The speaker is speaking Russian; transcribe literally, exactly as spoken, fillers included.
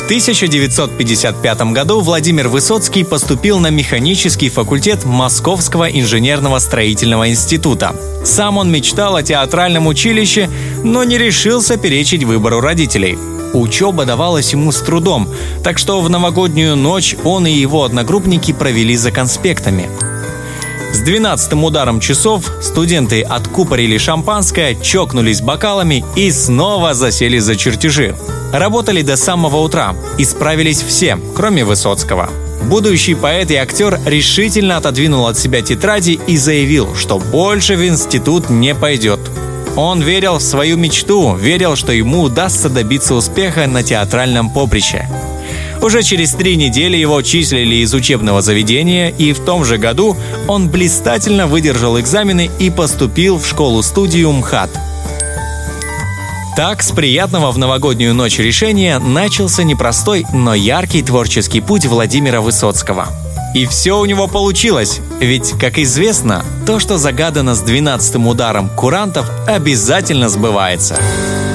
тысяча девятьсот пятьдесят пятом году Владимир Высоцкий поступил на механический факультет Московского инженерного строительного института. Сам он мечтал о театральном училище, но не решился перечить выбору родителей. Учеба давалась ему с трудом, так что в новогоднюю ночь он и его одногруппники провели за конспектами. С двенадцатым ударом часов студенты откупорили шампанское, чокнулись бокалами и снова засели за чертежи. Работали до самого утра, и справились все, кроме Высоцкого. Будущий поэт и актер решительно отодвинул от себя тетради и заявил, что больше в институт не пойдет. Он верил в свою мечту, верил, что ему удастся добиться успеха на театральном поприще. Уже через три недели его числили из учебного заведения, и в том же году он блистательно выдержал экзамены и поступил в школу-студию МХАТ. Так, с приятного в новогоднюю ночь решения начался непростой, но яркий творческий путь Владимира Высоцкого. И все у него получилось, ведь, как известно, то, что загадано с двенадцатым ударом курантов, обязательно сбывается.